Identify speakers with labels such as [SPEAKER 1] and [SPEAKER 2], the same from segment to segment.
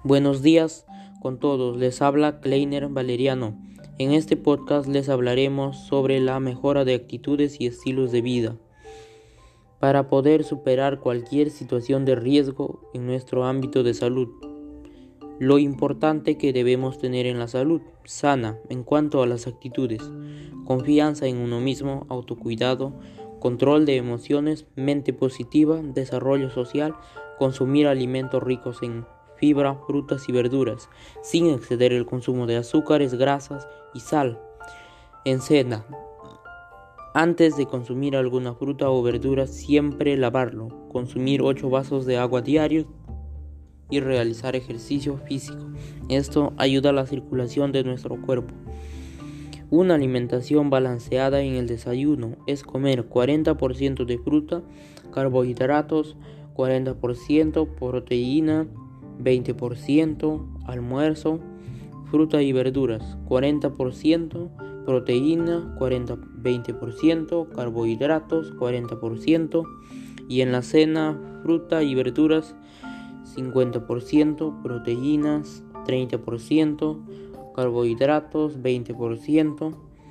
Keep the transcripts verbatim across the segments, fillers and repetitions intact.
[SPEAKER 1] Buenos días con todos, les habla Kleiner Valeriano. En este podcast les hablaremos sobre la mejora de actitudes y estilos de vida para poder superar cualquier situación de riesgo en nuestro ámbito de salud. Lo importante que debemos tener en la salud sana en cuanto a las actitudes: confianza en uno mismo, autocuidado, control de emociones, mente positiva, desarrollo social, consumir alimentos ricos en fibra, frutas y verduras, sin exceder el consumo de azúcares, grasas y sal. En cena, antes de consumir alguna fruta o verdura, siempre lavarlo, consumir ocho vasos de agua diario y realizar ejercicio físico. Esto ayuda a la circulación de nuestro cuerpo. Una alimentación balanceada en el desayuno es comer cuarenta por ciento de fruta, carbohidratos, cuarenta por ciento proteína, veinte por ciento almuerzo, fruta y verduras, cuarenta por ciento proteína, cuarenta, veinte por ciento carbohidratos, cuarenta por ciento, y en la cena fruta y verduras, cincuenta por ciento proteínas, treinta por ciento carbohidratos, veinte por ciento.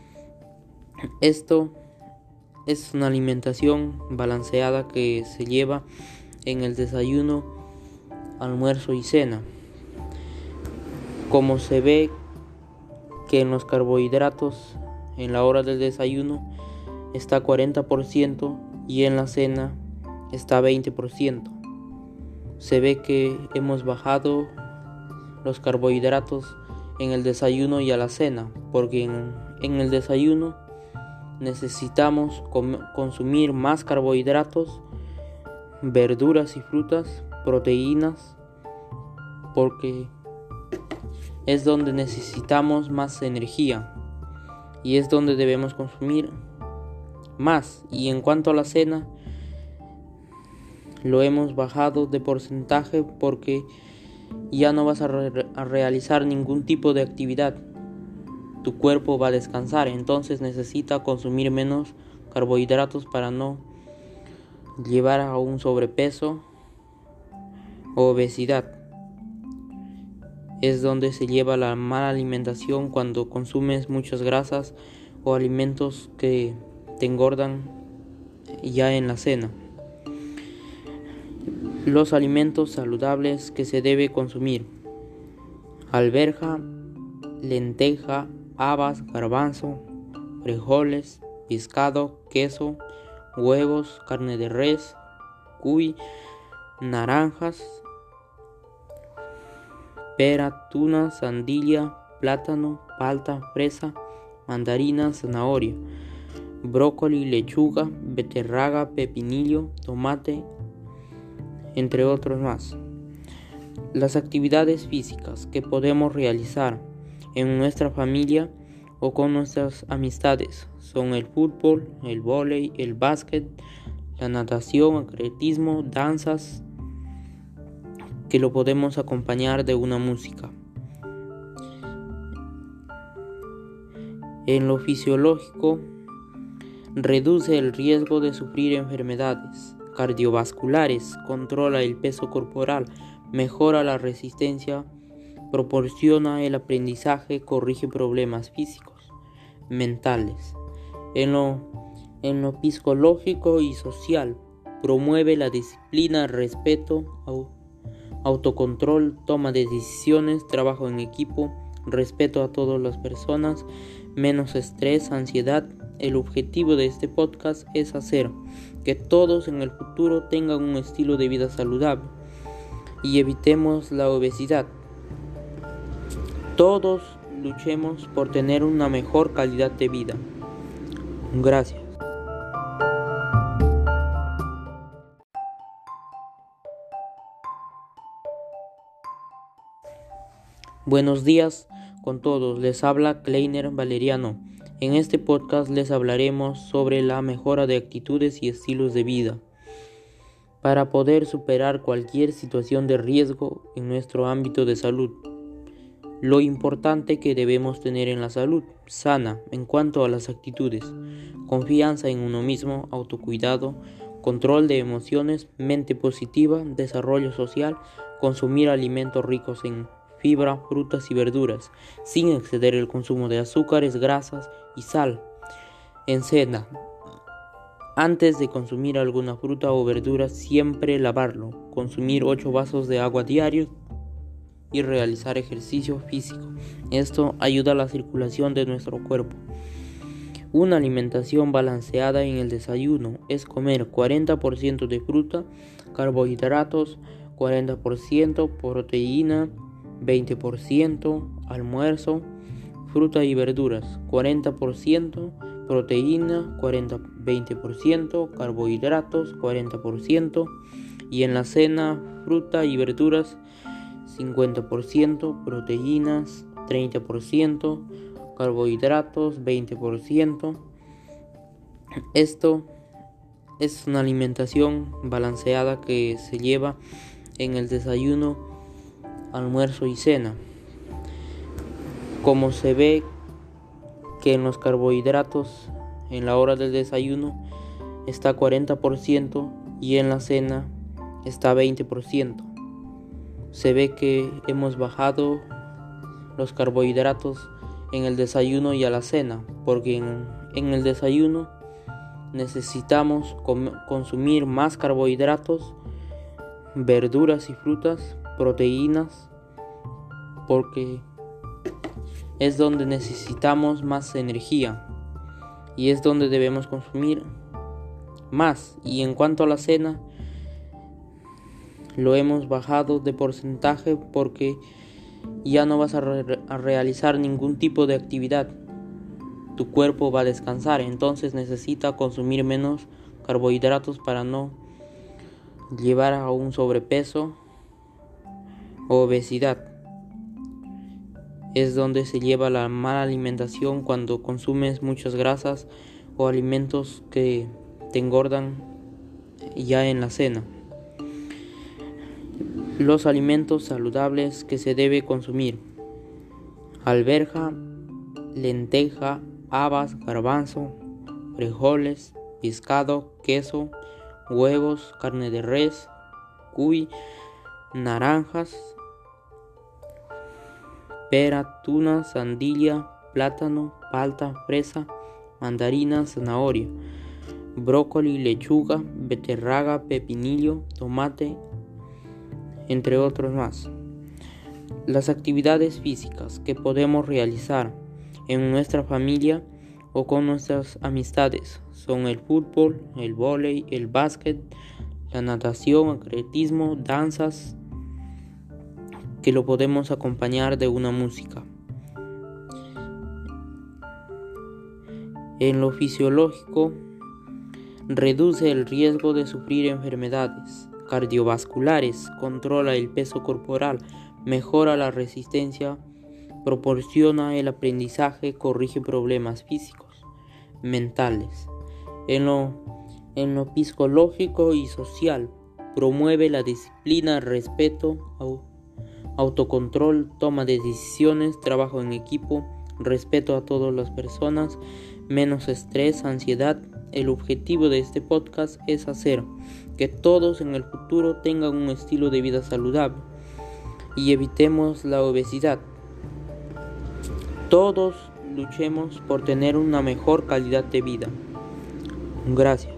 [SPEAKER 1] Esto es una alimentación balanceada que se lleva en el desayuno, almuerzo y cena. Como se ve que en los carbohidratos en la hora del desayuno está cuarenta por ciento y en la cena está veinte por ciento. Se ve que hemos bajado los carbohidratos en el desayuno y a la cena, porque en, en el desayuno necesitamos com- consumir más carbohidratos, verduras y frutas, proteínas, porque es donde necesitamos más energía y es donde debemos consumir más. Y en cuanto a la cena, lo hemos bajado de porcentaje porque ya no vas a, re- a realizar ningún tipo de actividad. Tu cuerpo va a descansar, entonces necesita consumir menos carbohidratos para no llevar a un sobrepeso o obesidad. Es donde se lleva la mala alimentación cuando consumes muchas grasas o alimentos que te engordan ya en la cena. Los alimentos saludables que se debe consumir: alberja, lenteja, habas, garbanzo, frijoles, pescado, queso, huevos, carne de res, cuy, naranjas, pera, tuna, sandía, plátano, palta, fresa, mandarina, zanahoria, brócoli, lechuga, beterraga, pepinillo, tomate, entre otros más. Las actividades físicas que podemos realizar en nuestra familia o con nuestras amistades son el fútbol, el vóley, el básquet, la natación, atletismo, danzas, que lo podemos acompañar de una música. En lo fisiológico, reduce el riesgo de sufrir enfermedades cardiovasculares, controla el peso corporal, mejora la resistencia, proporciona el aprendizaje, corrige problemas físicos, mentales. En lo, en lo psicológico y social, promueve la disciplina, respeto, autocontrol, toma de decisiones, trabajo en equipo, respeto a todas las personas, menos estrés, ansiedad. El objetivo de este podcast es hacer que todos en el futuro tengan un estilo de vida saludable y evitemos la obesidad. Todos luchemos por tener una mejor calidad de vida. Gracias. Buenos días con todos, les habla Kleiner Valeriano. En este podcast les hablaremos sobre la mejora de actitudes y estilos de vida para poder superar cualquier situación de riesgo en nuestro ámbito de salud. Lo importante que debemos tener en la salud sana en cuanto a las actitudes: confianza en uno mismo, autocuidado, control de emociones, mente positiva, desarrollo social, consumir alimentos ricos en fibra, frutas y verduras, sin exceder el consumo de azúcares, grasas y sal. En cena, antes de consumir alguna fruta o verdura, siempre lavarlo, consumir ocho vasos de agua diarios y realizar ejercicio físico. Esto ayuda a la circulación de nuestro cuerpo. Una alimentación balanceada en el desayuno es comer cuarenta por ciento de fruta, carbohidratos, cuarenta por ciento proteína, veinte por ciento almuerzo, fruta y verduras, cuarenta por ciento proteína, cuarenta, veinte por ciento carbohidratos, cuarenta por ciento, y en la cena fruta y verduras, cincuenta por ciento proteínas, treinta por ciento carbohidratos, veinte por ciento. Esto es una alimentación balanceada que se lleva en el desayuno, almuerzo y cena. Como se ve que en los carbohidratos en la hora del desayuno está cuarenta por ciento y en la cena está veinte por ciento. Se ve que hemos bajado los carbohidratos en el desayuno y a la cena, porque en, en el desayuno necesitamos com- consumir más carbohidratos, verduras y frutas, proteínas, porque es donde necesitamos más energía y es donde debemos consumir más. Y en cuanto a la cena, lo hemos bajado de porcentaje porque ya no vas a, re- a realizar ningún tipo de actividad. Tu cuerpo va a descansar, entonces necesita consumir menos carbohidratos para no llevar a un sobrepeso o obesidad. Es donde se lleva la mala alimentación cuando consumes muchas grasas o alimentos que te engordan ya en la cena. Los alimentos saludables que se debe consumir: alberja, lenteja, habas, garbanzo, frijoles, pescado, queso, huevos, carne de res, cuy, naranjas, pera, tuna, sandía, plátano, palta, fresa, mandarina, zanahoria, brócoli, lechuga, beterraga, pepinillo, tomate, entre otros más. Las actividades físicas que podemos realizar en nuestra familia o con nuestras amistades son el fútbol, el vóley, el básquet, la natación, atletismo, danzas, que lo podemos acompañar de una música. En lo fisiológico, reduce el riesgo de sufrir enfermedades cardiovasculares, controla el peso corporal, mejora la resistencia, proporciona el aprendizaje, corrige problemas físicos, mentales. En lo, en lo psicológico y social, promueve la disciplina, respeto, autocontrol, toma de decisiones, trabajo en equipo, respeto a todas las personas, menos estrés, ansiedad. El objetivo de este podcast es hacer que todos en el futuro tengan un estilo de vida saludable y evitemos la obesidad. Todos luchemos por tener una mejor calidad de vida. Gracias.